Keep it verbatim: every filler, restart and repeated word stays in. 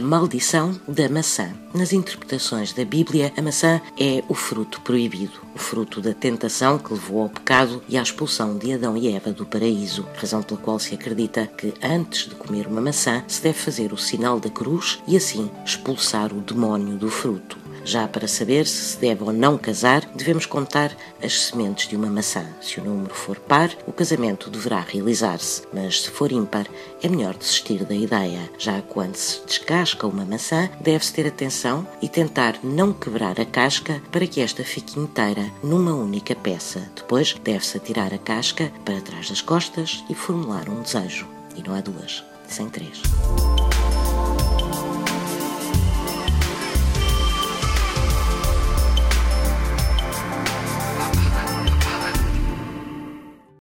A maldição da maçã. Nas interpretações da Bíblia, a maçã é o fruto proibido, o fruto da tentação que levou ao pecado e à expulsão de Adão e Eva do paraíso, razão pela qual se acredita que antes de comer uma maçã se deve fazer o sinal da cruz e assim expulsar o demónio do fruto. Já para saber se se deve ou não casar, devemos contar as sementes de uma maçã. Se o número for par, o casamento deverá realizar-se, mas se for ímpar, é melhor desistir da ideia. Já quando se descasca uma maçã, deve-se ter atenção e tentar não quebrar a casca para que esta fique inteira numa única peça. Depois, deve-se atirar a casca para trás das costas e formular um desejo. E não há duas, sem três.